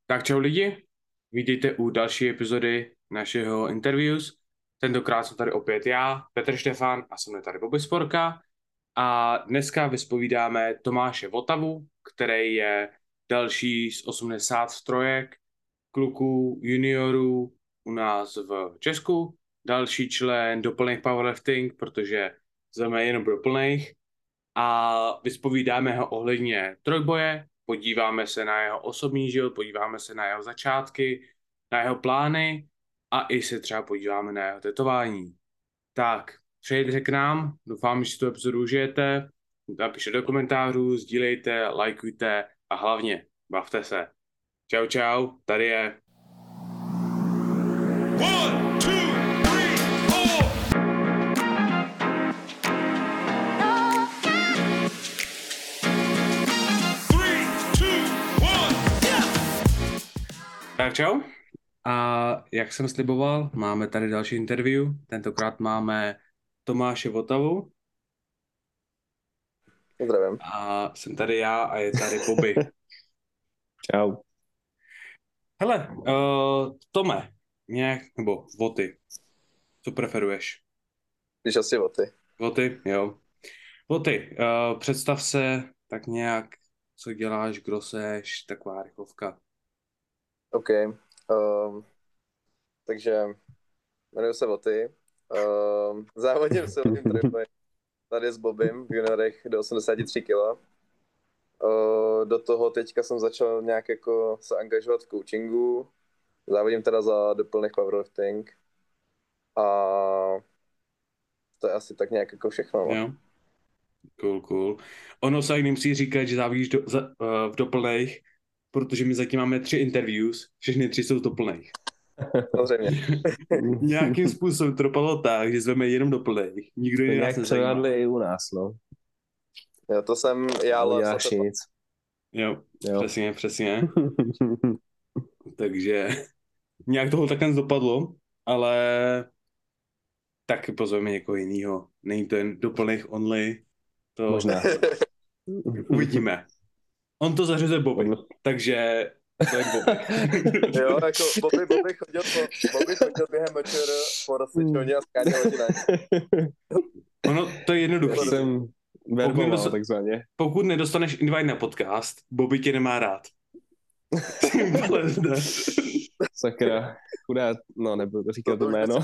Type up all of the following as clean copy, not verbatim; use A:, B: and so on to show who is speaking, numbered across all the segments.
A: Tak čau lidi, vítejte u další epizody našeho interviews. Tentokrát jsem tady opět já, Petr Štefan a jsem tady Bobby Sporka. A dneska vyspovídáme Tomáše Votavu, který je další z 83 kluků juniorů u nás v Česku. Další člen doplných powerlifting, protože jsme jenom doplných. A vyspovídáme ho ohledně trojboje, podíváme se na jeho osobní život, podíváme se na jeho začátky, na jeho plány a i se třeba podíváme na jeho tetování. Tak, přejděte k nám, doufám, že si tu epizodu užijete, napište do komentářů, sdílejte, lajkujte a hlavně bavte se. Čau, čau, tady je.
B: One, two, three, four. Three, two, one, yeah.
A: Tak čau. A jak jsem sliboval, máme tady další interview. Tentokrát máme Tomáše Votavu.
C: Zdravím.
A: A jsem tady já a je tady Bobby.
C: Čau.
A: Hele, Tome, nějak, nebo Voty, co preferuješ?
C: Když asi o ty.
A: Voty, jo. Voty, představ se tak nějak, co děláš, kdo seš, taková rychlovka.
C: OK. Takže jmenuji se Voty. Závodím v silným trojboji tady s Bobem v juniorech do 83 kg. Do toho teďka jsem začal nějak jako se angažovat v coachingu. Závodím teda za doplných powerlifting. A to je asi tak nějak jako všechno. No.
A: Jo. Cool. Ono se nemusí říkat, že závodíš v doplných, protože my zatím máme 3 interviews, všechny 3 jsou v doplných.
C: Samozřejmě.
A: Nějakým způsobem to dopadlo tak, že zveme jenom doplných. Nikdo jiný nás nezajímá.
D: Převádli i u nás, no.
C: Jo, to jsem já, ale
D: Děláš nic.
A: Jo,
D: Jo.
A: přesně. Takže nějak toho takhle dopadlo, ale taky pozveme někoho jiného. Není to jen doplných only. To
D: Možná.
A: uvidíme. On to zařeze Bobby, takže to je Bobby.
C: Jo, jako Bobby chodil během večera po rozsvičovně a skáděl hodina.
A: Ono, to je jednoduché.
D: Jsem verboval, takzvaně.
A: Pokud nedostaneš invite na podcast, Bobby tě nemá rád.
D: Sakra. Chudá, no nebudu to říkat to jméno.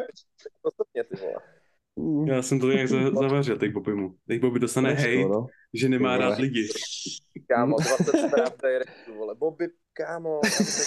A: Já jsem to nějak zavařil teď Bobbymu. Teď Bobby dostane hejt, no. Že nemá rád lidi.
C: Kámo, 20 zpráv directu, vole. Bobby, kámo.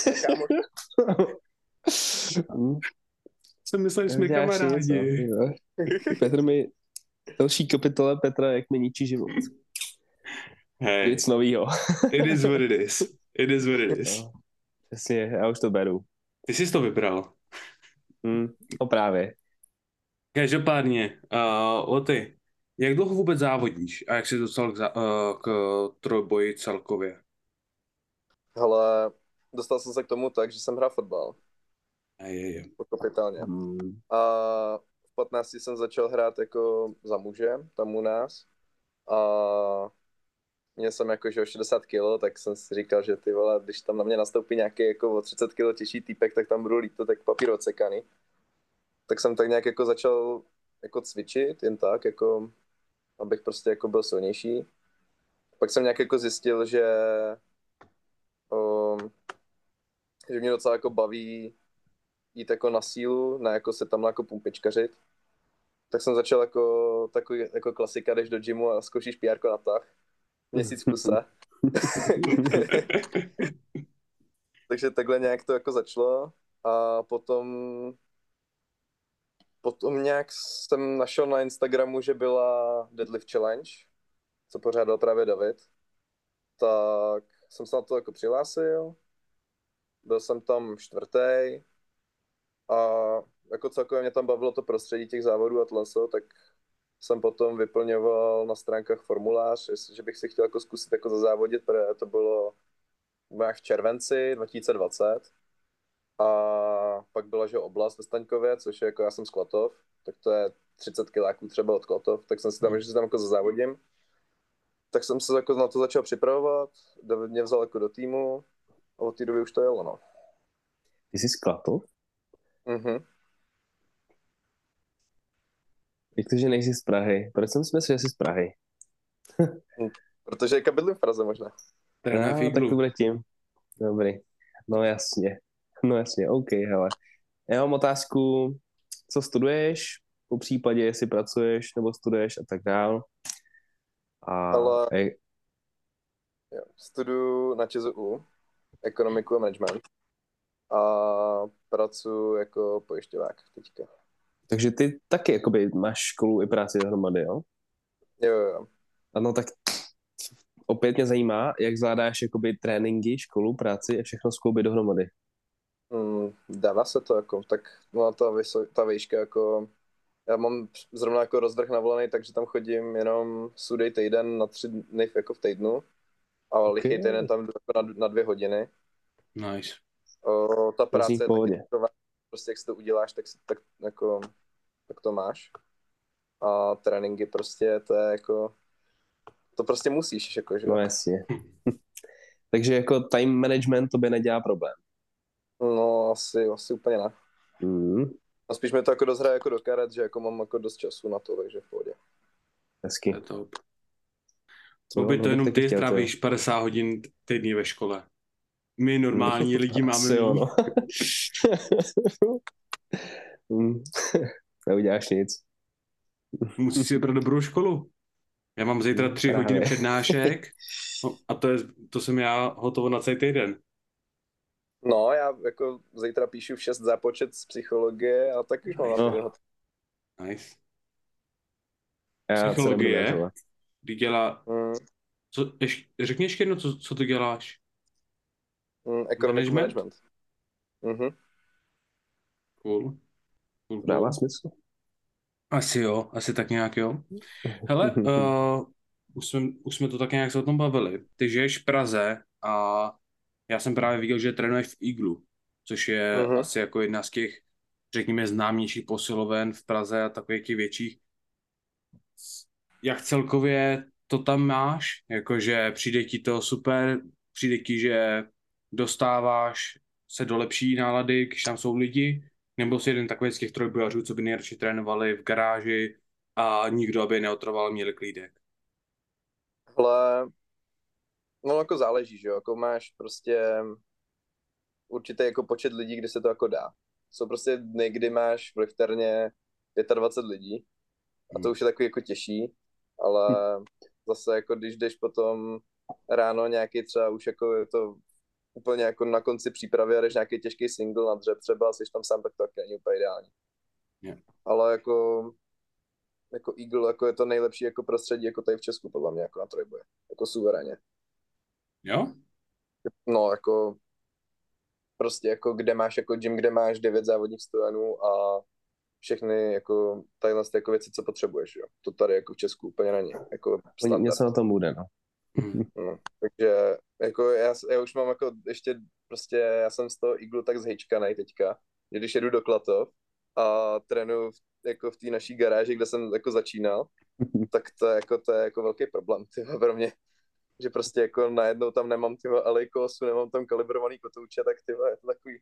A: Jsem myslel, že jsme kamarádi.
D: Petr mi... Další kapitola Petra, jak mi ničí život.
A: Hej.
D: Nic novýho.
A: It is what it is. It is what it is.
D: No, přesně, já už to beru.
A: Ty jsi to vybral.
D: Právě.
A: Každopádně, Oty, jak dlouho vůbec závodíš a jak jsi dostal k trojboji celkově?
C: Hele, dostal jsem se k tomu tak, že jsem hrál fotbal.
A: Je.
C: Pochopitelně. A v 15 jsem začal hrát jako za muže, tam u nás. A měl jsem jakože o 60 kg, tak jsem si říkal, že ty vole, když tam na mě nastoupí nějaký jako o 30 kg těžší týpek, tak tam budu lítat tak papír odsekaný. Tak jsem tak nějak jako začal jako cvičit, jen tak, jako abych prostě jako byl silnější. Pak jsem nějak jako zjistil, že mě docela jako baví jít jako na sílu, ne jako se tam jako pumpičkařit. Tak jsem začal jako takový jako klasika, jdeš do gymu a zkoušíš PR na tah. Měsíc v kuse. Takže takhle nějak to jako začalo a potom nějak jsem našel na Instagramu, že byla Deadlift Challenge, co pořádal právě David. Tak jsem se na to jako přihlásil. Byl jsem tam 4. a jako celkově mě tam bavilo to prostředí těch závodů a tleso, tak jsem potom vyplňoval na stránkách formulář, že bych si chtěl jako zkusit jako zazávodit, protože to bylo v červenci 2020. A pak byla, že oblast ve Staňkově, což je jako já jsem z Klatov, tak to je 30 kiláků třeba od Klatov, tak jsem si tam, že si tam jako zazávodím. Tak jsem se jako na to začal připravovat, David mě vzal jako do týmu A od té doby už to jelo, no.
D: Ty jsi z Klatov?
C: Mhm.
D: Jak to, že nejsi z Prahy? Proč jsem si myslel, že jsi z Prahy?
C: Protože jak bydlím v Praze možná.
A: Trénuje v
D: Tak to
A: Eaglu.
D: bude tím. Dobrý. No jasně. No jasně, OK, hele. Já mám otázku, co studuješ, po případě, jestli pracuješ nebo studuješ a tak dál. A
C: Ale
D: ej,
C: jo, studuju na ČSU, ekonomiku a management. A pracuji jako pojišťovák teďka.
D: takže ty taky jakoby máš školu i práci dohromady, jo?
C: Jo.
D: Ano, tak opět mě zajímá, jak zvládáš jakoby tréninky, školu, práci a všechno skloubit dohromady.
C: Dává se to jako, tak no ta výška jako, já mám zrovna jako rozvrh navolený, takže tam chodím jenom sudej týden na 3 dny jako v týdnu a lichý týden tam jdu jako na 2 hodiny.
A: Nice.
C: Ta
D: To zní
C: práce
D: v
C: je
D: pohodě.
C: taky taková, prostě jak si to uděláš, tak jako, tak to máš. A tréninky prostě, to je jako, to prostě musíš, jako, že
D: No
C: jo.
D: jasně. Takže jako time management tobě nedělá problém.
C: No, asi úplně ne.
D: Mm,
C: A spíš mi to jako dost hraje jako do karet, že jako mám jako dost času na to, takže v pohodě.
D: hezky.
A: To je top.
D: Jo,
A: By to
D: bych
A: jenom
D: taky
A: ty
D: chtěl,
A: strávíš 50 hodin týdně ve škole. My normální lidi máme
D: Asi jo,
A: míň.
D: no. Neuděláš nic.
A: Musíš si vybrat dobrou školu. Já mám zítra 3
D: Právě.
A: hodiny přednášek a to jsem já hotovo na celý týden.
C: No, já jako zítra píšu v 6 zápočet z psychologie a tak už mám na
D: No.
C: to.
A: Nice.
D: Já se nebudu
A: Psychologie,
D: vyjadřovat.
A: kdy dělá...
C: Mm,
A: Řekni ještě jedno, co ty děláš?
C: economic
A: Management?
C: management. Mhm.
A: Cool.
D: Dává smysl.
A: Asi jo, asi tak nějak jo. Hele, už jsme to tak nějak se o tom bavili. Ty žiješ v Praze a já jsem právě viděl, že trénuješ v Eaglu, což je
C: Mhm.
A: asi jako jedna z těch, řekněme, známějších posiloven v Praze a takových těch větších. Jak celkově to tam máš? Jakože přijde ti to super, přijde ti, že dostáváš se do lepší nálady, když tam jsou lidi, nebo jsi jeden takový z těch trojbojařů, co by nejradši trénovali v garáži a nikdo, aby neotroval, měli klídek.
C: Ale no jako záleží, že jo, jako máš prostě určitý jako počet lidí, kdy se to jako dá. Jsou prostě dny, kdy máš v lifterně 25 lidí a to už je takový jako těžší, ale zase jako když jdeš potom ráno nějaký třeba už jako je to úplně jako na konci přípravy a jdeš nějaký těžký single na dřep třeba, jsi tam sám, tak to taky není úplně ideální.
A: Yeah.
C: Ale jako Eagle jako je to nejlepší jako prostředí jako tady v Česku podle mě jako na trojboje. Jako suverénně.
A: Jo?
C: No jako prostě jako kde máš jako gym, kde máš 9 závodních stojanů a všechny jako tadyhle jako věci, co potřebuješ, jo. To tady jako v Česku úplně není, jako standard.
D: Něco na tom bude, no.
C: No, takže jako já už mám jako ještě prostě, já jsem z toho Eaglu tak zhejčkanej teďka, že když jedu do Klatov a trénuju jako v té naší garáži, kde jsem jako začínal, tak to je jako velký problém, tyhle, pro mě. Že prostě jako najednou tam nemám tyhle alejkosu, nemám tam kalibrovaný kotouče, tak tyhle, je to takový.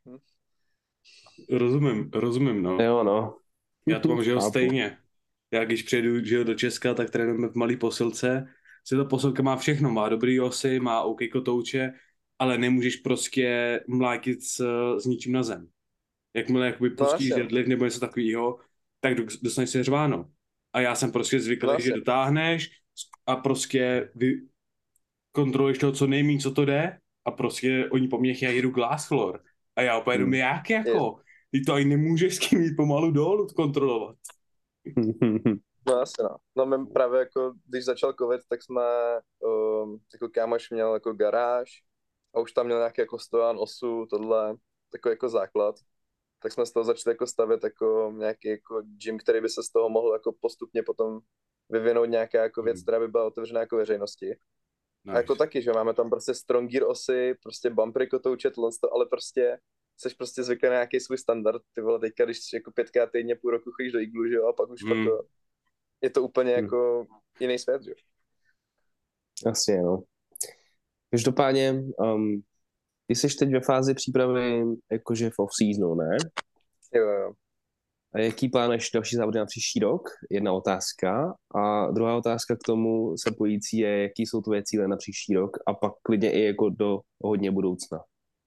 A: Rozumím, no.
D: Jo, no.
A: Já to mám, že jo,
D: Chápu.
A: stejně. Já když přijedu, že jo, do Česka, tak trénujeme v malý posilce. Si ta posilka má všechno, má dobrý osy, má OK kotouče, ale nemůžeš prostě mlátit s ničím na zem. Jakmile jakoby pustíš
C: jasně.
A: deadlift nebo něco takového, tak dostaneš se řváno. A já jsem prostě zvyklý,
C: No
A: že
C: jasně.
A: dotáhneš a prostě kontroluješ toho, co nejméně, co to jde a prostě oni po mně jedu glass floor. A já úplně jenom jak jako? Ty to ani nemůžeš s kým jít pomalu dolů kontrolovat.
C: No asi no. No my právě jako, když začal covid, tak jsme, jako kámoš měl jako garáž a už tam měl nějaký jako stojan, osu, tohle, takový jako základ. Tak jsme z toho začali jako stavět jako nějaký jako gym, který by se z toho mohl jako postupně potom vyvinout nějaká jako věc, která by byla otevřená jako veřejnosti.
A: Nice.
C: A jako taky, že máme tam prostě strong gear osy, prostě bumpery kotouče, ale prostě jsi prostě zvyklý na nějaký svůj standard. Ty vole, teďka, když jako 5krát týdně půl roku chodíš do Eaglu, že jo, a pak už jako, je to úplně jako jiný svět, že jo.
D: Jasně, no. Každopádně, Ty jsi teď ve fázi přípravy jakože v off-seasonu, ne?
C: Jo.
D: A jaký plánuješ další závody na příští rok? Jedna otázka. A druhá otázka k tomu se pojící je, jaký jsou tvoje cíle na příští rok a pak klidně i jako do hodně budoucna.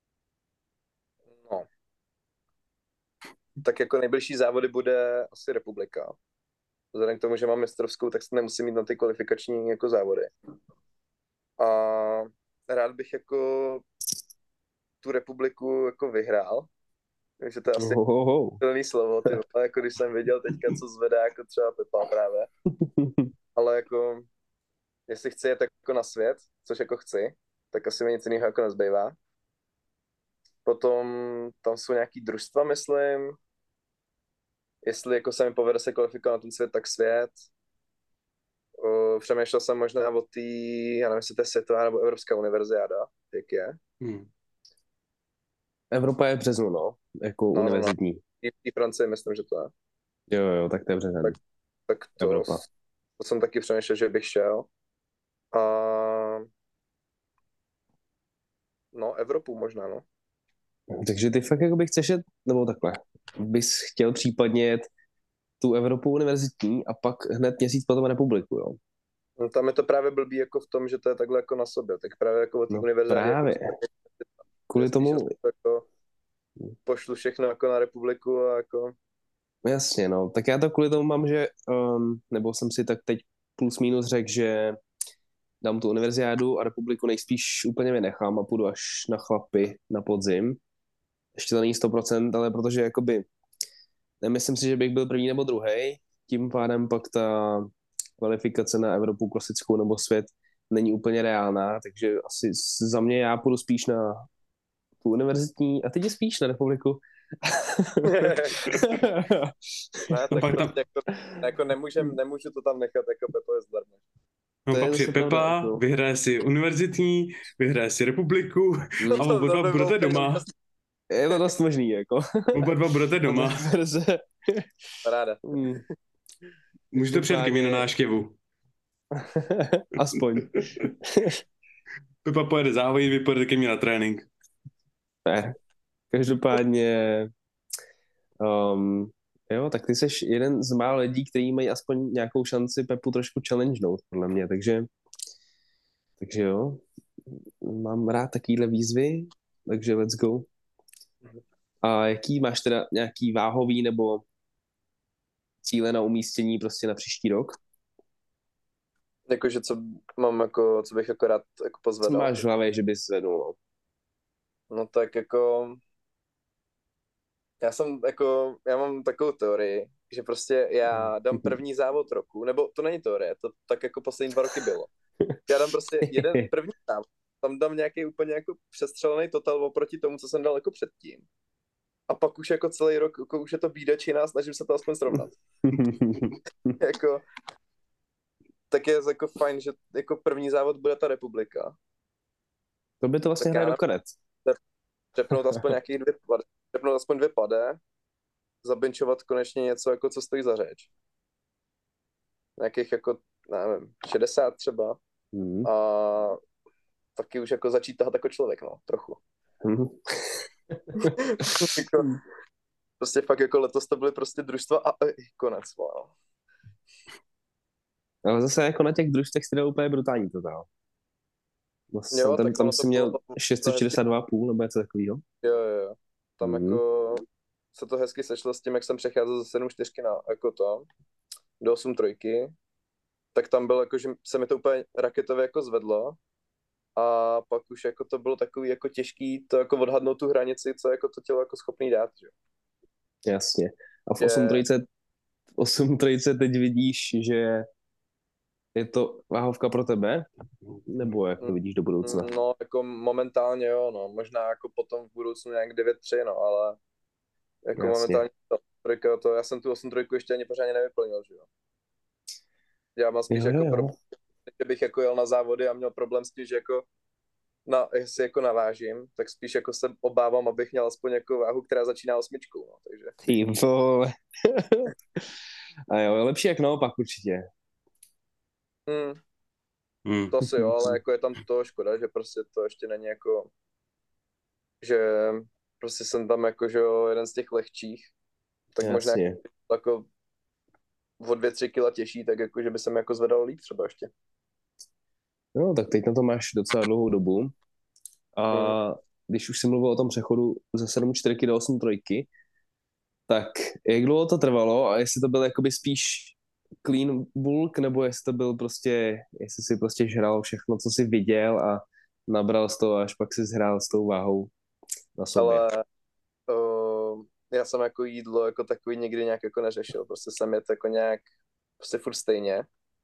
C: No. Tak jako nejbližší závody bude asi Republika. Vzhledem k tomu, že mám mistrovskou, tak se nemusím mít na ty kvalifikační jako závody. A rád bych jako tu Republiku jako vyhrál. Takže to je asi silný slovo, ty vole, jako když jsem viděl teďka, co zvedá jako třeba Pepa právě. Ale jako, jestli chci jet jako na svět, což jako chci, tak asi mi nic jiného jako nezbývá. Potom tam jsou nějaký družstva, myslím. Jestli jako se mi povede se kvalifikovat na ten svět, tak svět. Přemýšlel jsem možná o té, já nevím, jestli to je světová nebo evropská univerziáda, jak je.
D: Evropa je v březnu, no, jako univerzitní.
C: I v Francii myslím, že to je.
D: Jo, tak to je březen.
C: Tak to jsem taky přemýšlel, že bych šel. A no, Evropu možná, no.
D: Takže ty fakt jakoby chceš jet, nebo takhle, bys chtěl případně jet tu Evropu univerzitní a pak hned měsíc potom Republiku, jo?
C: No, tam je to právě blbý jako v tom, že to je takhle jako na sobě, tak právě jako od té univerzitě.
D: Právě. Kvůli tomu...
C: Jako pošlu všechno jako na Republiku a jako...
D: Jasně, no. Tak já to kvůli tomu mám, že, nebo jsem si tak teď plus minus řekl, že dám tu univerziádu a Republiku nejspíš úplně vynechám a půjdu až na chlapy na podzim. Ještě to není 100%, ale protože jakoby nemyslím si, že bych byl první nebo druhý. Tím pádem pak ta kvalifikace na Evropu klasickou nebo svět není úplně reálná, takže asi za mě já půjdu spíš na tu univerzitní a teď je spíš na Republiku.
C: Ne, tak prostě jako nemůžu to tam nechat jako Pepo je zdarma.
A: No pak přijde Pepa, vyhraje si univerzitní, vyhraje si Republiku a oba dva budete doma.
D: Je to dost možný, jako.
A: Oba dva budete doma.
C: Paráda.
A: Můžete přijet ke mně na návštěvu.
D: Aspoň.
A: Pepa pojede závodit, vy pojedete ke mně na trénink.
D: Každopádně jo, tak ty jsi jeden z mála lidí, kteří mají aspoň nějakou šanci Pepu trošku challengenout, podle mě, takže jo, mám rád takovýhle výzvy, takže let's go. A jaký máš teda nějaký váhový nebo cíle na umístění prostě na příští rok?
C: Jakože co mám jako, co bych jako rád jako pozvedal.
D: Co máš v hlavě, že bys zvednul, no?
C: No tak jako já mám takovou teorii, že prostě já dám první závod roku, nebo to není teorie, to tak jako poslední 2 roky bylo. Já dám prostě jeden první závod, tam dám nějaký úplně jako přestřelený total oproti tomu, co jsem dal jako předtím. A pak už jako celý rok, jako už je to bídačina, snažím se to aspoň srovnat. Jako, tak je jako fajn, že jako první závod bude ta Republika.
D: To by to vlastně hraje do karet.
C: Přepnout aspoň 2 pade, zabinčovat konečně něco, jako co stojí za řeč. Nějakých jako, nevím, 60 třeba. A taky už jako začít tahat jako člověk, no, trochu. Jako, prostě fakt jako letos to byly prostě družstva a konec, no.
D: Ale zase jako na těch družstvech si dal úplně brutální totál.
C: Jo,
D: tam si měl 662,5 nebo něco takového.
C: Jo. Tam jako se to hezky sešlo s tím, jak jsem přecházel ze 7.4 na jako to, do 8.3. Tak tam bylo jako, že se mi to úplně raketově jako zvedlo. A pak už jako to bylo takový jako těžký to jako odhadnout tu hranici, co jako to tělo jako schopný dát, že?
D: Jasně. A v 8.3 teď vidíš, že je to váhovka pro tebe? Nebo jak to vidíš do budoucna?
C: No, jako momentálně jo, no. Možná jako potom v budoucnu nějak 9.3, no, ale jako jasně. Momentálně to, já jsem tu 8.3 ještě ani pořádně nevyplnil, že jo. Já mám spíš jako problém, že bych jako jel na závody a měl problém s tím, že jako jestli jako navážím, tak spíš jako se obávám, abych měl aspoň jako váhu, která začíná 8, no, takže.
D: Ty vole. A jo, lepší jak naopak určitě.
C: To si jo, ale jako je tam to škoda, že prostě to ještě není jako že prostě jsem tam jako, že jo, jeden z těch lehčích, tak možná
D: Jasně.
C: jako o 2-3 kila těžší, tak jako, že by se mi jako zvedal líp třeba ještě.
D: No, tak teď na to máš docela dlouhou dobu. A když už jsi mluvil o tom přechodu ze 7.4 do 8.3, tak jak dlouho to trvalo a jestli to byl jakoby spíš clean bulk, nebo jestli to byl prostě, jestli si prostě žral všechno, co jsi viděl a nabral z toho, až pak si zhrál s tou váhou na sobě.
C: Ale já jsem jako jídlo jako takový nikdy nějak jako neřešil. Prostě jsem je jako nějak prostě furt stejně.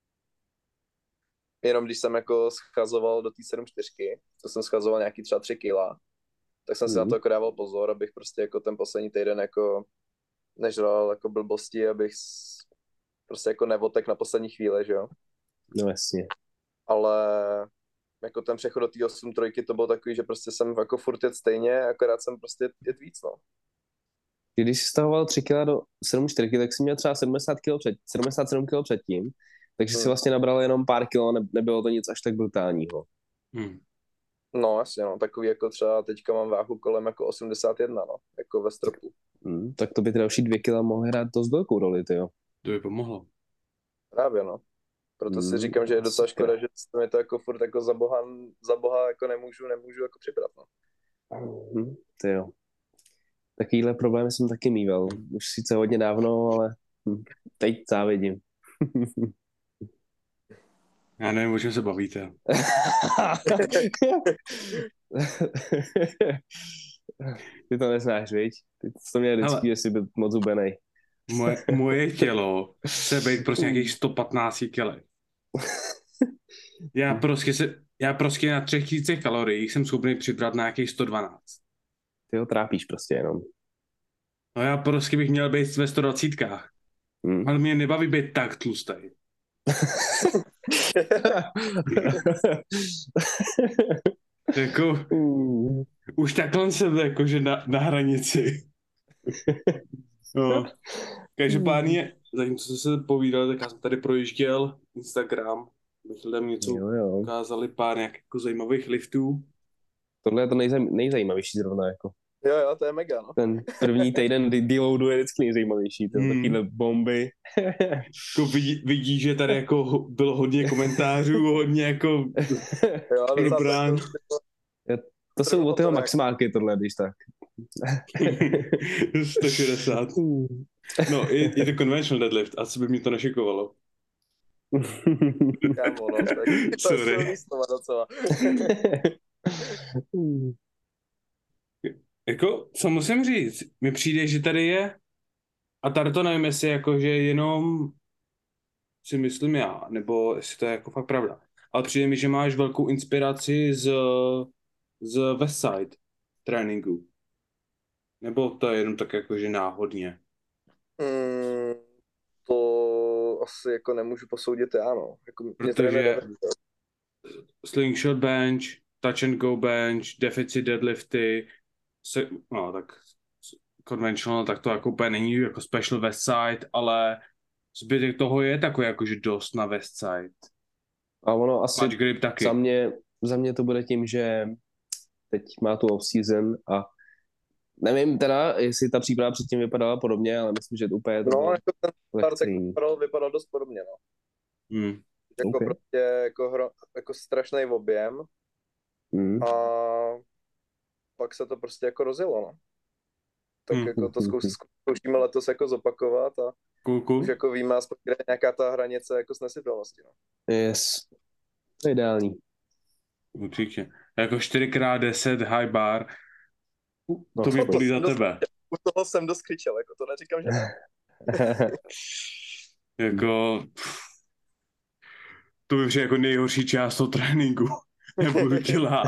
C: Jenom když jsem jako schazoval do té 7.4, to jsem schazoval nějaký třeba 3 kila, tak jsem si na to jako dával pozor, abych prostě jako ten poslední týden jako nežral jako blbosti, abych prostě jako nevotek na poslední chvíli, že jo.
D: No jasně.
C: Ale jako ten přechod do té 8.3 to bylo takový, že prostě jsem jako furt jet stejně, akorát jsem prostě jet víc, no.
D: Když jsi stahoval 3 kg do 7.4, tak jsi měl třeba 77 kg předtím, takže si vlastně nabral jenom pár kilo, nebylo to nic až tak brutálního.
C: No jasně, no, takový jako třeba teďka mám váhu kolem jako 81, no, jako ve stropu.
D: Tak to by ty další 2 kg mohly hrát dost velkou roli, tyjo.
A: To by pomohlo.
C: Právě, no. Proto si říkám, že je docela škoda, že mi to jako furt jako za boha jako nemůžu jako přibrat, no.
D: Tyjo. Takovýhle problémy jsem taky mýval. Už sice hodně dávno, ale teď závidím.
A: Já nevím, o čem se bavíte.
D: Ty to neznáš, viď? Ty to měl vždycky, že jsi byl moc zubenej.
A: Moje tělo chce být prostě nějakých 115 kg. Já prostě na 3000 kaloriích jsem schopný přibrat na nějakých 112.
D: Ty ho trápíš prostě jenom.
A: No já prostě bych měl být ve 120. Ale mě nebaví být tak tlustý. Jako, už takhle jsem jakože na hranici. No. Každopádně, zatímco jsem se povídal, tak já jsem tady projížděl Instagram, bych lidem něco ukázali, pár nějak jako zajímavých liftů.
D: Tohle je to nejzajímavější zrovna, jako.
C: Jo, to je mega, no.
D: Ten první týden deloadu je vždycky nejzajímavější, ten takovýhle bomby.
A: Jako vidí, že tady jako bylo hodně komentářů, hodně jako vybrán.
D: To jsou od toho maximálky tohle, když tak.
A: 160. No, je to conventional deadlift, asi by mě to nešikovalo.
C: Kámo, no, tak to je silný slova docela.
A: Jako, co musím říct, mi přijde, že tady je, a tady to nevím, jestli jako, že jenom si myslím já, nebo jestli to je jako fakt pravda, ale přijde mi, že máš velkou inspiraci z Westside tréninku. Nebo to je jenom tak jako, že náhodně?
C: To asi jako nemůžu posoudit já, no. Jako
A: protože slingshot bench, touch and go bench, deficit deadlifty, no tak conventional, tak to jako úplně není jako special Westside, ale zbytek toho je takový jakože dost na Westside.
D: A ono asi
A: grip taky.
D: Za mě to bude tím, že teď má tu off-season a nevím teda, jestli ta příprava předtím vypadala podobně, ale myslím, že to úplně
C: no, jako ten start vypadal dost podobně, no. Jako okay. Prostě jako strašný objem a pak se to prostě jako rozjelo, no. Tak jako to zkoušíme letos jako zopakovat a už jako víme aspoň, kde je nějaká ta hranice jako snesitelnosti, no.
D: Yes. To je ideální.
A: Určitě. Jako 4x10 high bar, to mi bolí za tebe.
C: U toho jsem dost křičel, jako to neříkám, že ne.
A: Jako to by přijde jako nejhorší část toho tréninku. Nebudu dělat.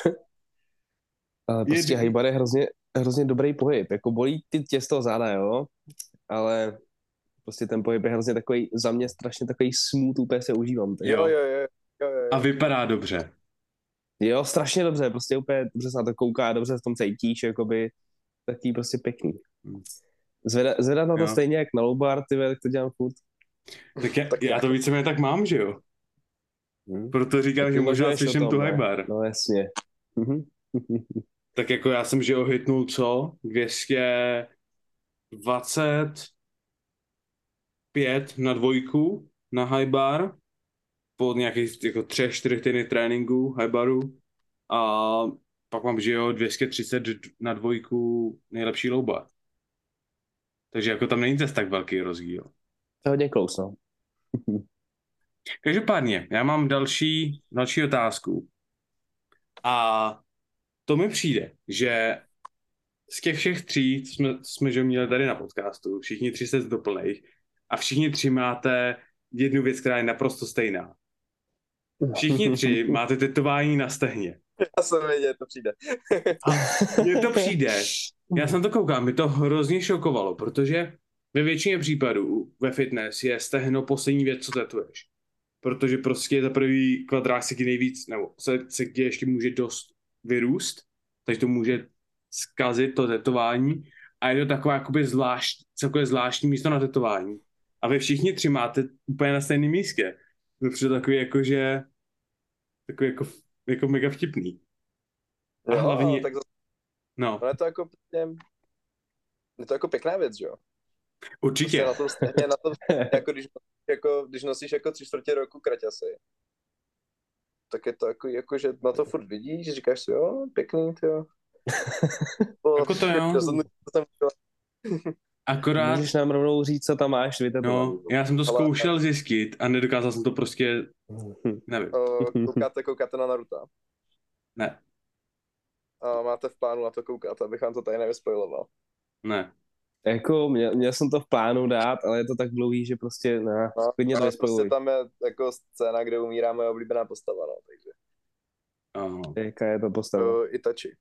D: Ale prostě high bar je hrozně dobrý pohyb. Jako bolí ty těsto záda, jo? Ale prostě ten pohyb je hrozně takový, za mě strašně takový smooth, úplně se užívám.
C: Jo.
A: A vypadá dobře.
D: Jo, strašně dobře, prostě úplně dobře se na to kouká, dobře se v tom cítíš, jakoby taký prostě pěkný. Zvedat na to stejně jak na low bar, tak to dělám furt.
A: Tak já to víceméně tak mám, že jo? Proto říkám, že možná slyším tu high bar.
D: No jasně.
A: tak jako já jsem, že ho hitnul co? 225 na dvojku na high bar po nějakých jako 3-4 týdny tréninku high baru a pak mám, že jo, 230 na dvojku nejlepší low bar. Takže jako tam není zase tak velký rozdíl.
D: To je hodně close, no.
A: Každopádně, já mám další otázku. A to mi přijde, že z těch všech tří, co jsme že měli tady na podcastu, všichni tři jste z doplnej a všichni tři máte jednu věc, která je naprosto stejná. Všichni tři máte tetování na stehně.
C: Já jsem věděl, to přijde.
A: A mně to přijde, já jsem to koukal, mi to hrozně šokovalo, protože ve většině případů ve fitness je stehno poslední věc, co tetuješ. Protože prostě za prvý kvadrák se ti nejvíc, nebo se ti ještě může dost vyrůst, takže to může zkazit to tetování a je to takové jakoby celkově zvláštní místo na tetování. A vy všichni tři máte úplně na stejném místě. To přijde takový jakože takový jako mega vtipný. A
C: Jo,
A: hlavně,
C: tak zase,
A: no,
C: no je to jako pěkná věc, že jo? Prostě
A: určitě.
C: na tom stejně, když nosíš jako 3/4 roku kraťasy, tak je to jako, že na to furt vidíš, říkáš si, jo, pěkný, jo.
A: Jako to jo. Akorát,
D: Můžeš nám rovnou říct, co tam máš vytetovaný.
A: no, já jsem to zkoušel zjistit a nedokázal jsem to prostě, nevím,
C: Koukáte na Naruto.
A: ne,
C: A máte v plánu na to koukat, abych vám to tady nevyspojiloval.
A: ne.
D: Jako, měl jsem to v plánu dát, ale je to tak dlouhý, že prostě, klidně to
C: ale
D: nespojuj.
C: prostě tam je jako scéna, kde umírá moje oblíbená postava, no, takže.
D: Jaká je to postava?
C: Itachi.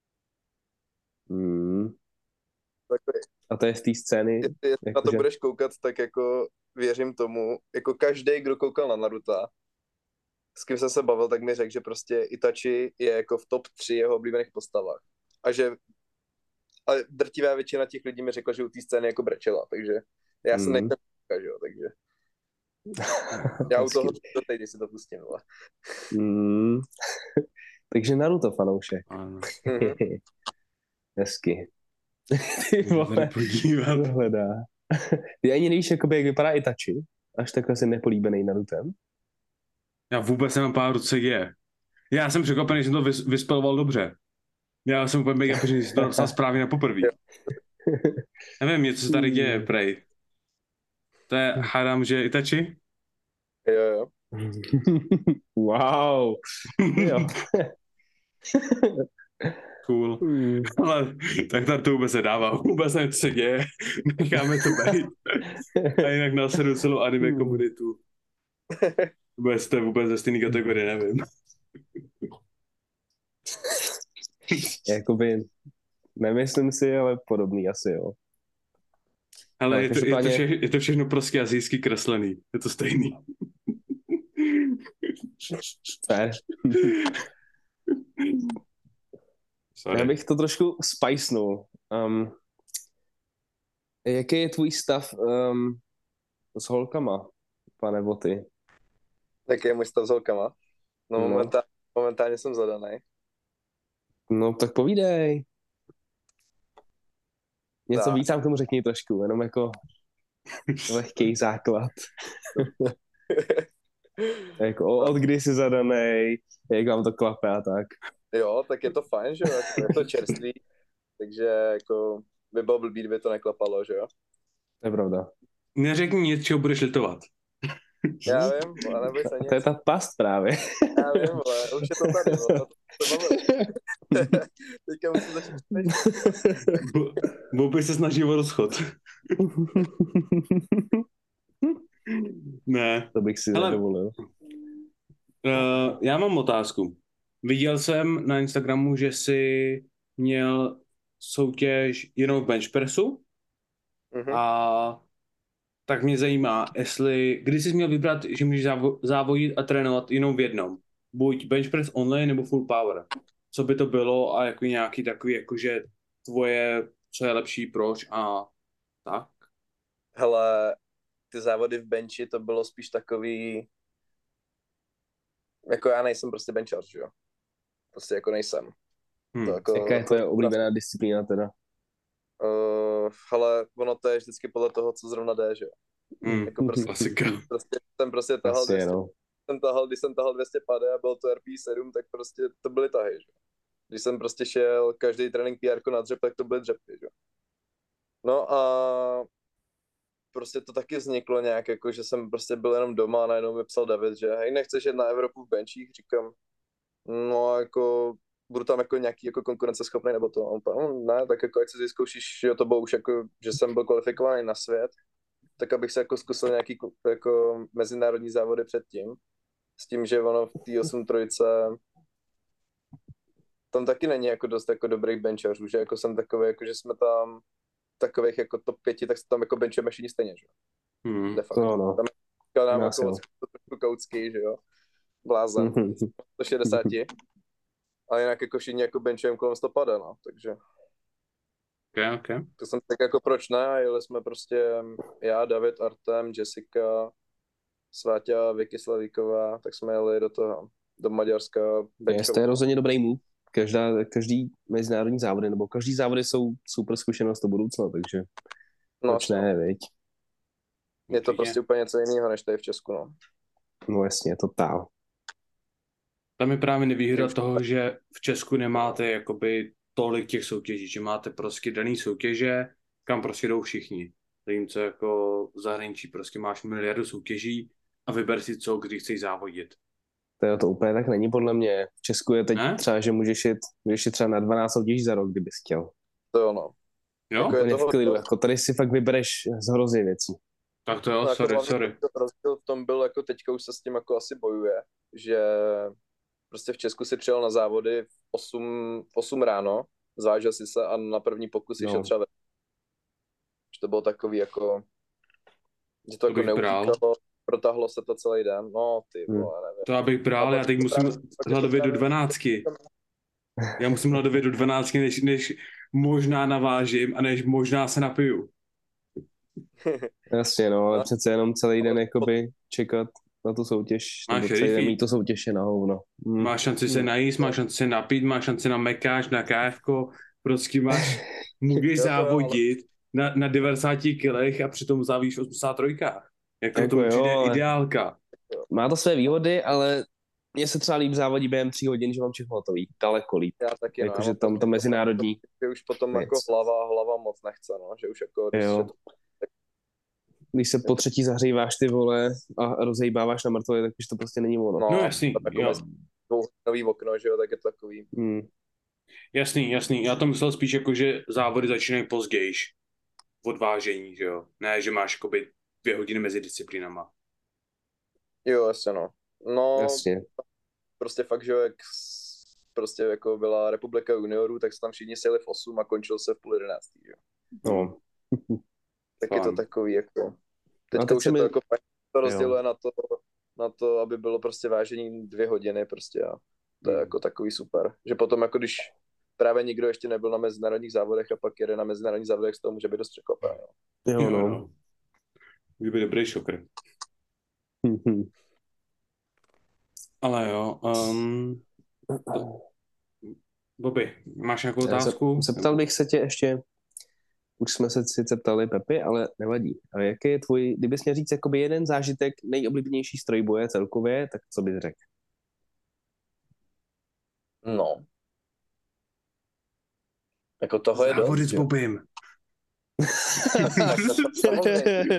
D: Hmm.
C: Takový.
D: A to je z té scény?
C: Jestli na to budeš koukat, tak jako věřím tomu, jako každý, kdo koukal na Naruto, s kým jsem se bavil, tak mi řekl, že prostě Itachi je jako v top 3 jeho oblíbených postavách. Ale drtivá většina těch lidí mi řekla, že u té scény jako brečela, takže já jsem nechtěl koukat, že jo, takže já u toho teď, když si to pustím, ale.
D: Takže Naruto fanoušek. Hezky. Ty vole, hledá. Ty ani nevíš, jakoby, jak vypadá Itachi? Až takhle si nepolíbený Narutem?
A: Já vůbec nemám páru, co je. Já jsem překvapený, že jsem to vyspeloval dobře. Já jsem úplně mega, že jsi to napsal správně na poprví. Nevím, něco se tady děje, prej. To je, hádám, že Itachi?
C: Jo.
D: Wow. Jo.
A: Cool. Ale tak tady to vůbec nedává. Vůbec nevím, co se děje. Necháme to být. A jinak následuju celou anime komunitu. To je vůbec ze stejné kategorie, nevím.
D: Jakoby, nemyslím si, ale podobný asi, jo.
A: Ale je to všechno prostě asijský kreslený. Je to stejný.
D: Fair. Já bych to trošku spicenul. Jaký je tvůj stav s holkama, pane Boty?
C: Jaký je můj stav s holkama? No. Momentálně jsem zadaný.
D: No, tak povídej. Něco víc nám k tomu řekni trošku, jenom jako lehký základ. Jako od kdy jsi zadanej, jak vám to klape a tak.
C: Jo, tak je to fajn, že jo, je to čerstvý, takže jako by bylo blbý, kdyby to neklapalo, že jo.
D: To je pravda.
A: Neřekni nic, čeho budeš litovat.
C: Já vím, ale neboj se nic.
D: To je ta past právě.
C: Já vím, ale už je to tady, no, to teďka musím začít
A: Bobby se snaží o rozchod. Ne.
D: To bych si nedovolil.
A: Já mám otázku. Viděl jsem na Instagramu, že jsi měl soutěž jenom v benchpressu a tak mě zajímá, kdy jsi měl vybrat, že můžeš závodit a trénovat jenom v jednom. Buď benchpress only nebo full power. Co by to bylo a jako nějaký takový, jakože tvoje, co je lepší, proč a tak?
C: Hele, ty závody v benchi to bylo spíš takový, jako já nejsem prostě benchař, že jo. Prostě jako nejsem. To jako,
D: Jaká je tvoje oblíbená disciplína teda?
C: ale ono to je vždycky podle toho, co zrovna jde, že jo. Jako
A: Klasika.
C: jsem prostě tahal
D: Asi
C: 200,
D: no.
C: když jsem tahal 200 pade a byl to RP7, tak prostě to byly tahy, že jo. Když jsem prostě šel každý trénink PR na dřep, tak to byly dřepy, že jo. No a prostě to taky vzniklo nějak, jako že jsem prostě byl jenom doma a najednou mi psal David, že hej, nechceš jet na Evropu v benchích, říkám, no jako budu tam jako nějaký jako konkurenceschopný nebo to. A on říkal, no, ne, tak jako ať si vyzkoušíš, jo, to bylo už jako, že jsem byl kvalifikovaný na svět, tak abych se jako zkusil nějaký jako mezinárodní závody předtím. S tím, že ono v té 8-3 tam taky není jako dost jako dobrých benchařů, že jako jsem takový, jako že jsme tam takových jako top 5, tak tam jako benchujeme všichni stejně, že jo. De facto.
D: No.
C: Tam je nám
D: Asi
C: jako
D: jo.
C: trošku koutský, že jo. Blázen. 160. A jinak jako všichni jako benchujeme kolem 100 pade, no, takže
A: Ok.
C: to jsem tak jako proč ne, a jeli jsme prostě já, David, Artem, Jessica, Sváťa, Vicky Slavíková, tak jsme jeli do toho, do Maďarska.
D: Yes, to je rozhodně dobrý move. Každý mezinárodní závody, nebo každý závody jsou super zkušenost do budoucna, takže proč ne, viď?
C: Je to prostě úplně něco jiného, než tady v Česku, no.
D: No jasně, totál.
A: Tam je právě nevýhoda toho, že v Česku nemáte jakoby tolik těch soutěží, že máte prostě daný soutěže, kam prostě jdou všichni. Zatímco jako v zahraničí prostě máš miliardu soutěží a vyber si co, kdy chceš závodit.
D: To úplně tak není podle mě. V Česku je teď
A: Ne?
D: třeba, že můžeš jít třeba na 12 soutěží za rok, kdybys chtěl.
C: To jo, no.
A: Jo?
C: Jako je
D: Úplně v
C: toho-
D: klidu, jako tady si fakt vybereš z hrozně věcí.
A: Tak to jo,
C: No, jako
A: sorry.
C: hlavně rozdíl v tom byl, jako teďka už se s tím jako asi bojuje, že prostě v Česku si přijel na závody v 8 ráno, zvážil si se a na první pokus
D: No.
C: šel třeba že to bylo takový jako, že to jako
A: bych bral.
C: neutíkalo, protáhlo se to celý den, no ty vole, nevím.
A: To abych bral, já teď musím hladově do 12. Já musím hladově do 12, než možná navážím a než možná se napiju.
D: Jasně, no, ale přece jenom celý den jakoby čekat na tu soutěž,
A: Máš
D: nebo celý den
A: refeed.
D: mít tu soutěž je na hovno.
A: Máš šanci se najíst, máš šanci se napít, máš šanci na mekáč, na KFko, prostě můžeš
C: Jo, to jo,
A: závodit na 90 kilech a přitom závíš v 83. Jako
D: Jako
A: to mi přijde
D: jo, ale-
A: ideálka.
D: Má to své výhody, ale mně se třeba líp závodí během 3 hodin, že mám všechno hotový. Daleko líp.
C: Já taky, no,
D: Jakože
C: já
D: tam
C: mám
D: to mezinárodní.
C: že už potom
D: věc.
C: jako hlava moc nechce, no, že už jako, když
D: Jo. Když se po třetí zahříváš ty vole a rozejbáváš na mrtvole, tak už to prostě není ono.
A: No jasný,
C: tam jako
A: jo.
C: nový okno, že jo, tak je to takový.
A: Jasný. Já to myslel spíš jako, že závody začínají pozdějiš. Odvážení, že jo. Ne, že máš jakoby 2 hodiny mezi disciplínama.
C: Jo, jasně, no. No,
D: Jasně.
C: prostě fakt, že jo, jak prostě jako byla republika juniorů, tak se tam všichni sjeli v 8 a končil se v 10:30, že jo.
D: No.
C: Tak je to
A: Fajn.
C: takový jako,
D: A
C: teďka
D: teď
C: už
D: se
C: je
D: mi-
C: to jako fajn, to rozděluje na to, aby bylo prostě vážení 2 hodiny prostě a to je jako takový super. Že potom jako když právě nikdo ještě nebyl na mezinárodních závodech a pak jede na mezinárodních závodech, z toho může být dost překvapen. Jo.
D: Jo, no.
A: Kdyby dobrý šokr. Ale jo. Bobby, máš nějakou otázku?
D: Zeptal bych se tě ještě, už jsme se sice ptali Pepi, ale nevadí. A jaký je tvůj, kdybys měl říct jakoby jeden zážitek nejoblíbenější strojboje celkově, tak co bys řekl?
C: No. Jako toho je
A: Závody
C: dost,
A: s
C: že jo.
A: Bobim.
C: Samozřejmě.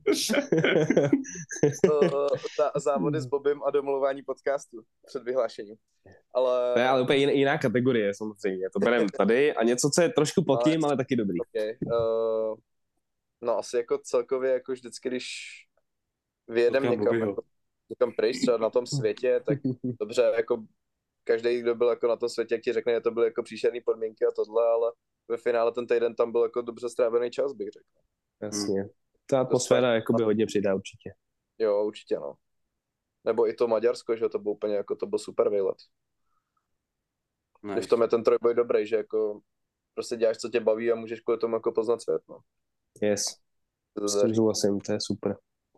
C: Závody s Bobem a domluvání podcastu před vyhlášením. Ale...
D: To je ale úplně jiná kategorie samozřejmě. To bereme tady a něco, co je trošku pod tím, ale taky dobrý.
C: Okay. No asi jako celkově jako vždycky, když vyjedem
A: Koukám
C: někam,
A: Bobbyho.
C: jako, někam pryč, třeba na tom světě, tak dobře, jako každý, kdo byl jako na tom světě, jak ti řekne, že to byly jako příšerné podmínky a tohle, ale ve finále ten týden tam byl jako dobře strávený čas, bych řekl.
D: Jasně. Ta atmosféra jakoby hodně přidá určitě.
C: Jo, určitě, no. Nebo i to Maďarsko, že to bylo úplně jako, to byl super výlet.
A: Nice.
C: V tom je ten trojboj dobrý, že jako prostě děláš, co tě baví a můžeš kvůli tomu jako poznat svět, no.
D: Yes.
C: To
D: S tím souhlasím, to je super.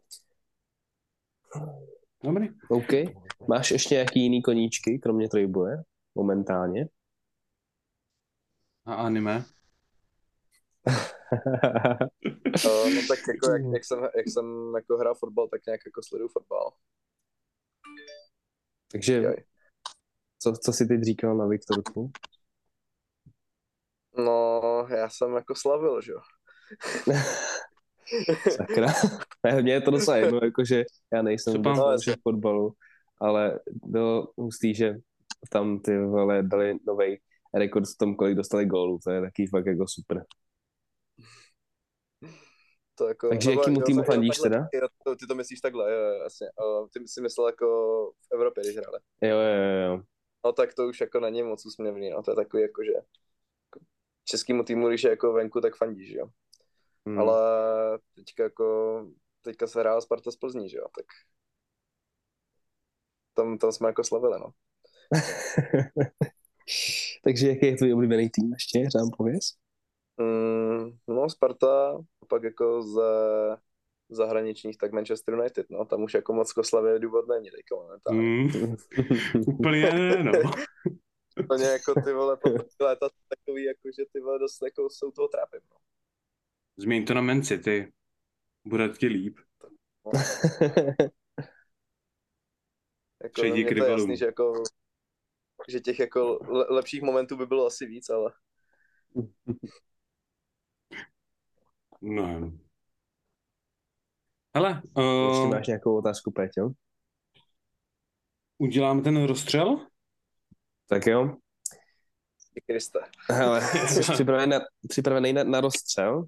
A: Dobrý.
D: OK. Máš ještě nějaký jiný koníčky, kromě trojboje? Momentálně?
A: A anime?
C: No tak jako jak jsem jako hrál fotbal, tak nějak jako sleduju fotbal.
D: Takže
C: Jaj.
D: co jsi teď říkal na Viktorku?
C: No, já jsem jako slavil, že jo.
D: Sakra. Ne, mně je to docela jedno, jakože já nejsem
A: Co
D: vůbec
A: pan?
D: fanoušek fotbalu, ale bylo hustý, že tam ty vole dali nový rekord v tom, kolik dostali gólů, to je taky fakt jako super.
C: To jako,
D: Takže jakýmu týmu fandíš
C: takhle,
D: teda?
C: ty to myslíš takhle, jo, jasně. Ty si myslel jako v Evropě, když hráli.
D: Jo.
C: No tak to už jako není moc úsměvný, no to je takový jako, že českýmu týmu, když je jako venku, tak fandíš, jo. Ale teďka se hrála Sparta z Plzní, že jo, tak tam jsme jako slavili, no.
D: Takže jaký je tvůj oblíbený tým ještě, řám pověz?
C: No Sparta, a pak jako ze zahraničních, tak Manchester United, no, tam už jako moc Koslavě důvod není teďka momentálně.
A: Úplně ne, no.
C: Úplně jako ty vole, po léta takový, jako, že ty vole dost jako jsou toho trápím, no.
A: Změň to na Man City. Bude ti líp.
C: No. Jako,
A: Přejdi
C: mně
A: k
C: to je
A: rivalům.
C: jasný, že jako že těch jako lepších momentů by bylo asi víc, ale
A: No. Hele,
D: Ještě máš nějakou otázku, Péťo?
A: uděláme ten rozstřel?
D: Tak jo.
C: Kriste.
D: Hele, jsi připravený na rozstřel?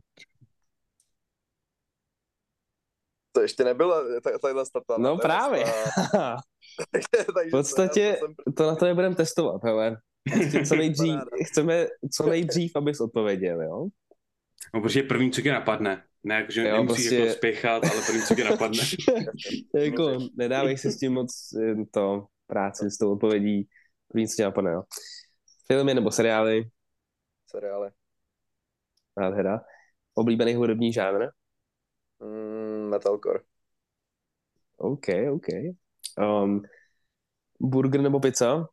C: To ještě nebyla tadyhle stata.
D: No právě. V podstatě to na to nebudeme testovat, hele. Prostě chceme co nejdřív, abys odpověděl, jo?
A: No, protože první, co tě napadne. Ne, jakože
D: Jo,
A: nemusíš
D: prostě-
A: jako spěchat, ale první, co tě napadne.
D: Jako, nedávej si s tím moc to práci s tou odpovědí. První, co tě napadne, jo. Filmy nebo seriály,
C: Seriály.
D: nádhera. Oblíbený hudební žánr?
C: Metalcore.
D: OK. Burger nebo pizza?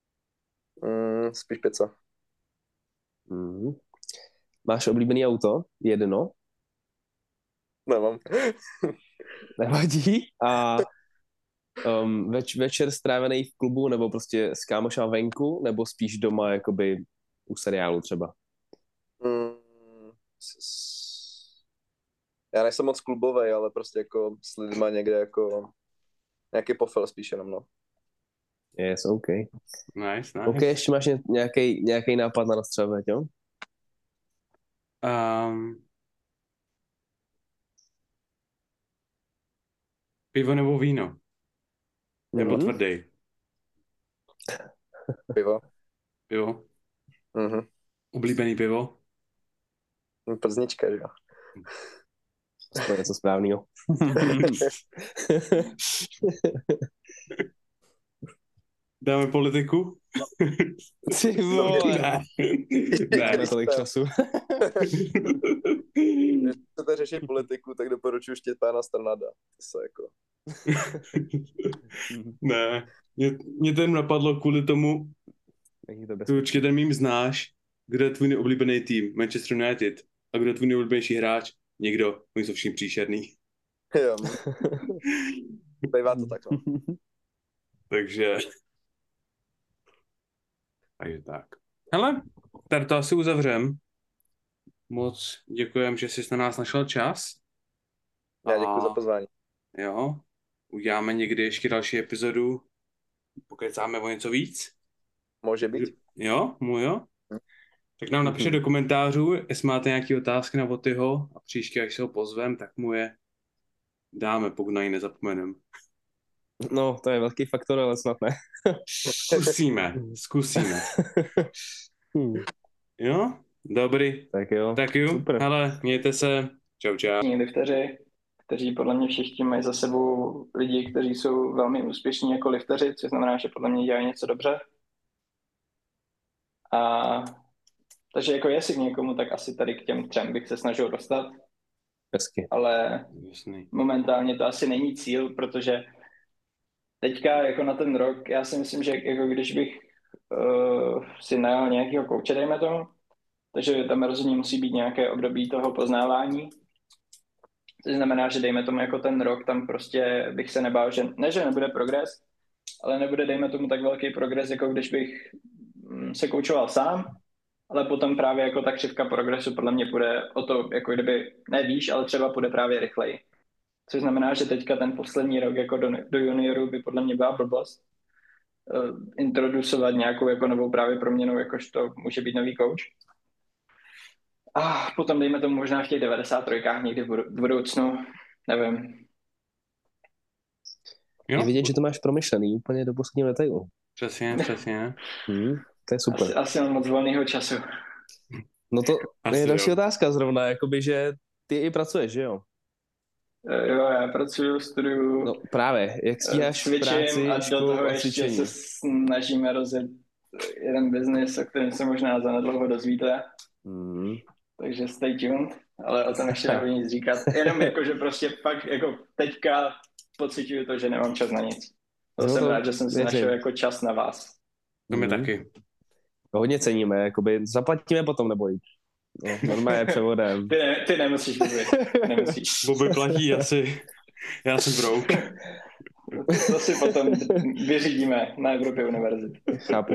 C: Spíš pizza.
D: Mhm. Máš oblíbený auto? Jedno?
C: Nemám.
D: Nevadí. A večer strávený v klubu nebo prostě s kámošama venku, nebo spíš doma jakoby u seriálu třeba?
C: Já nejsem moc klubový, ale prostě jako s lidma někde jako nějaký pofel spíš jenom, no.
D: Yes, OK.
A: Nice.
D: OK, ještě máš nějaký nápad na rozstřel, jo?
A: Pivo nebo víno? Nebo
D: Mhm.
A: tvrdý?
C: Pivo.
A: Pivo?
C: Mhm.
A: Oblíbený pivo?
C: Plznička, že jo.
D: To je něco správného.
A: Dáme politiku?
D: Ty vole.
A: Ne.
D: Máme tolik času.
C: Když chcete řešit politiku, tak doporučuji štět pána Strnada. To se jako...
A: Ne. Mě to jen napadlo kvůli tomu,
D: Není to bez...
A: ty určitě ten mým znáš, kdo je tvůj neoblíbený tým, Manchester United, a kdo je tvůj neoblíbenější hráč, někdo, oni jsou všichni příšerný.
C: Jo. Bývá to tak, no.
A: Takže tak. Hele, tady to asi uzavřem. Moc děkujem, že jsi na nás našel čas.
C: Já děkuji za pozvání.
A: Jo, uděláme někdy ještě další epizodu. Pokecáme o něco víc.
C: Může být.
A: Jo. Tak nám napište do komentářů, jestli máte nějaké otázky na Votyho a příště, až se ho pozvem, tak mu je dáme, pokud na ní nezapomenem.
D: No, to je velký faktor, ale snad ne.
A: Zkusíme. Jo? Dobrý.
D: Tak jo.
A: Tak jo,
D: Super.
A: hele, mějte se. Čau.
E: Lifteři, kteří podle mě všichni mají za sebou lidi, kteří jsou velmi úspěšní jako lifteři, což znamená, že podle mě dělají něco dobře. A takže jako jestli k někomu, tak asi tady k těm třem bych se snažil dostat,
D: Hezky.
E: ale
A: Jasný.
E: momentálně to asi není cíl, protože teďka jako na ten rok, já si myslím, že jako když bych si najal nějakého kouče, dejme tomu, Takže tam rozhodně musí být nějaké období toho poznávání. To znamená, že dejme tomu jako ten rok, tam prostě bych se nebál, že nebude progres, ale nebude, dejme tomu, tak velký progres, jako když bych se koučoval sám, ale potom právě jako ta křivka progresu podle mě půjde o to, jako kdyby, ne výš, ale třeba půjde právě rychleji. Což znamená, že teďka ten poslední rok jako do juniorů by podle mě byla blbost. Introducovat nějakou jako novou právě proměnu, jakož to může být nový coach. A potom dejme tomu možná v těch 93 někdy v budoucnu, nevím.
A: Jo,
D: Je vidět, že to máš promyšlený úplně do posledního detailu.
A: přesně.
D: To je super.
E: Asi mám moc volného času.
D: No to
A: Asi
D: je další
A: jo.
D: otázka zrovna, jakoby, že ty i pracuješ, že jo?
E: Jo, já pracuju, studuju,
D: No právě, jak stíháš
E: cvičím
D: práci,
E: a do
D: školu
E: toho
D: a
E: ještě
D: cvičení?
E: se snažíme rozjet jeden biznis, o kterém se možná zanedlouho dozvíte. Takže stay tuned, ale o tom ještě nebudu nic říkat. Jenom jako, že prostě fakt jako teďka pociťuju to, že nemám čas na nic. To jsem rád, že jsem si našel jako čas na vás.
A: To my taky.
D: To hodně ceníme, jakoby zaplatíme potom, neboj. No, normálně převodem.
E: Ty nemusíš mluvit, nemusíš.
A: Bobby platí asi. Já jsem broke.
E: To si potom vyřídíme na Evropě univerzity.
D: Chápu.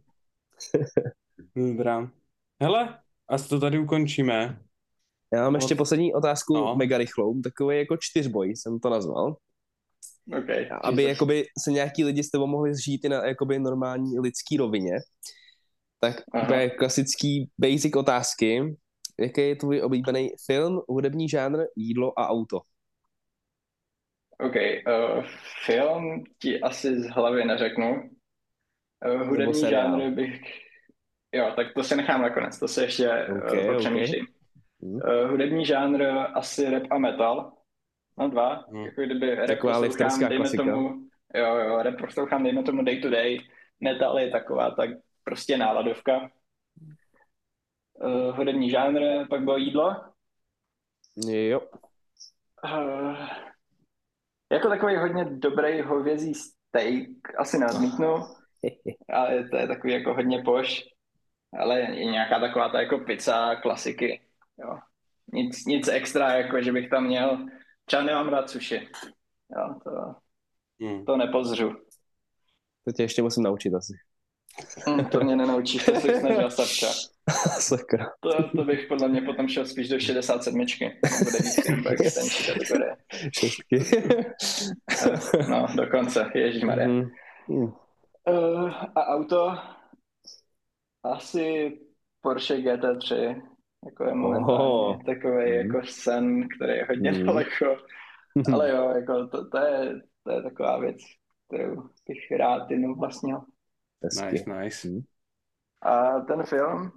A: Dobrá. Hele, asi to tady ukončíme.
D: Já mám ještě poslední otázku,
A: No.
D: mega rychlou, takový jako 4boj jsem to nazval.
E: Okay.
D: Aby jakoby se nějaký lidi s tebou mohli zžít i na jakoby normální lidský rovině. Tak úplně klasický basic otázky. Jaký je tvůj oblíbený film, hudební žánr, jídlo a auto?
E: OK, film ti asi z hlavy neřeknu. Hudební žánr bych... Jo, tak to se nechám nakonec, to se ještě popřemýšlím. Hudební žánr asi rap a metal. No 2, jako kdyby rap poslouchám, dejme tomu, rap poslouchám, dejme tomu day to day, metal je taková tak prostě náladovka. Hudební žánr, pak bylo jídlo.
D: Jo.
E: Jako takový hodně dobrý hovězí steak, asi neodmítnu, ale to je takový jako hodně poš, ale je nějaká taková ta jako pizza, klasiky, jo. Nic extra, jako že bych tam měl, třeba nemám rád sushi, jo, to nepozřu.
D: To tě ještě musím naučit asi.
E: To mě nenaučíš, to si snažil Sapka.
D: Sakra.
E: To bych podle mě potom šel spíš do 67. Bude víc nebo extenší kategorie.
D: 6.
E: No, dokonce, ježišmarja. A auto? Asi Porsche GT3. Jako je momentálně takový jako sen, který je hodně daleko. Ale jo, jako to je taková věc, kterou bych rád jednou vlastnil.
A: Nice.
E: A ten film,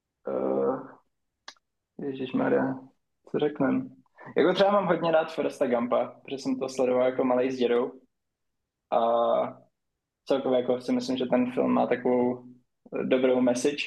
E: ježišmarja, co řeknem? Jako třeba mám hodně rád Forresta Gumpa, protože jsem to sledoval jako malej s dědou. A celkově jako si myslím, že ten film má takovou dobrou message.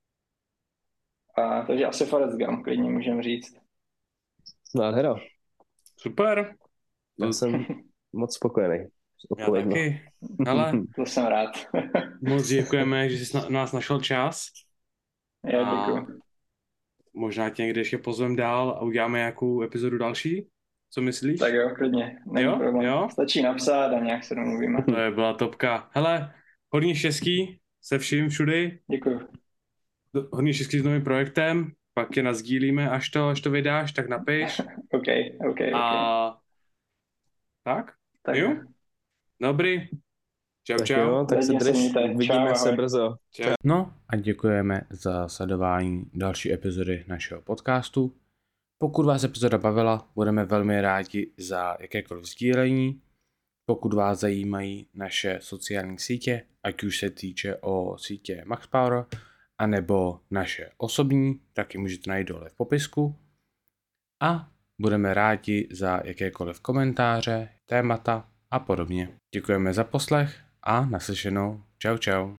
E: A takže asi Forrest Gump, klidně můžeme říct.
D: Nádhera.
A: Super.
D: Já jsem moc spokojený.
A: Já taky. Hele,
E: to jsem rád.
A: moc děkujeme, že jsi nás našel čas.
E: Já děkuji.
A: Možná tě někde ještě pozvem dál a uděláme nějakou epizodu další. Co myslíš?
E: Tak jo, klidně. Není problém.
A: Jo?
E: Stačí napsat a nějak se domluvíme.
A: To je byla topka. Hele, hodně štěstí se vším všudy.
E: Děkuji.
A: Hodně štěstí s novým projektem. Pak je nasdílíme, až to vydáš, tak napiš.
E: OK.
A: Tak?
E: Jo?
A: Dobrý. Čau.
D: Tak se drž, vidíme se brzo.
A: Čau. No a děkujeme za sledování další epizody našeho podcastu. Pokud vás epizoda bavila, budeme velmi rádi za jakékoliv sdílení. Pokud vás zajímají naše sociální sítě, ať už se týče o sítě MaxPower, anebo naše osobní, tak ji můžete najít dole v popisku. A budeme rádi za jakékoliv komentáře, témata a podobně. Děkujeme za poslech a naslyšenou. Čau.